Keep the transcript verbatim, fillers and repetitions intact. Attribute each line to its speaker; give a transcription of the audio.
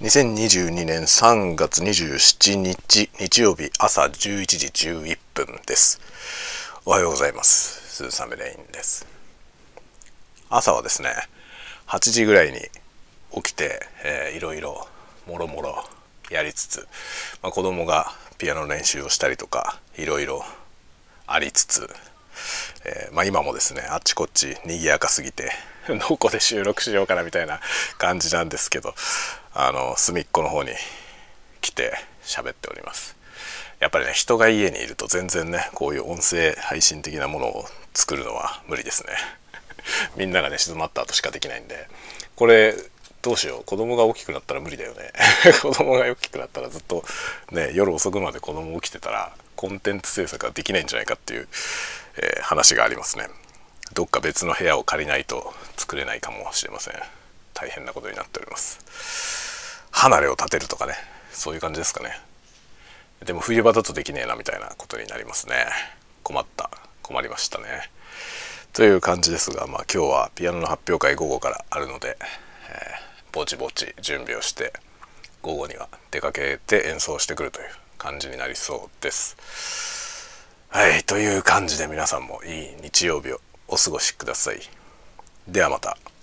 Speaker 1: にせんにじゅうにねんさんがつにじゅうしちにち日曜日朝じゅういちじじゅういっぷんです。おはようございます。スーサメレインです。朝はですねはちじぐらいに起きて、えー、いろいろもろもろやりつつ、まあ、子供がピアノの練習をしたりとかいろいろありつつ、えーまあ、今もですねあっちこっち賑やかすぎてどこで収録しようかなみたいな感じなんですけど、あの隅っこの方に来て喋っております。やっぱりね人が家にいると全然ねこういう音声配信的なものを作るのは無理ですねみんながね静まった後しかできないんで、これどうしよう、子供が大きくなったら無理だよね子供が大きくなったらずっとね夜遅くまで子供起きてたらコンテンツ制作ができないんじゃないかっていう、えー、話がありますね。どっか別の部屋を借りないと作れないかもしれません。大変なことになっております。離れを立てるとかね、そういう感じですかね。でも冬場だとできねえなみたいなことになりますね。困った困りましたねという感じですが、まあ今日はピアノの発表会午後からあるので、えー、ぼちぼち準備をして午後には出かけて演奏してくるという感じになりそうです。はい、という感じで皆さんもいい日曜日をお過ごしください。ではまた。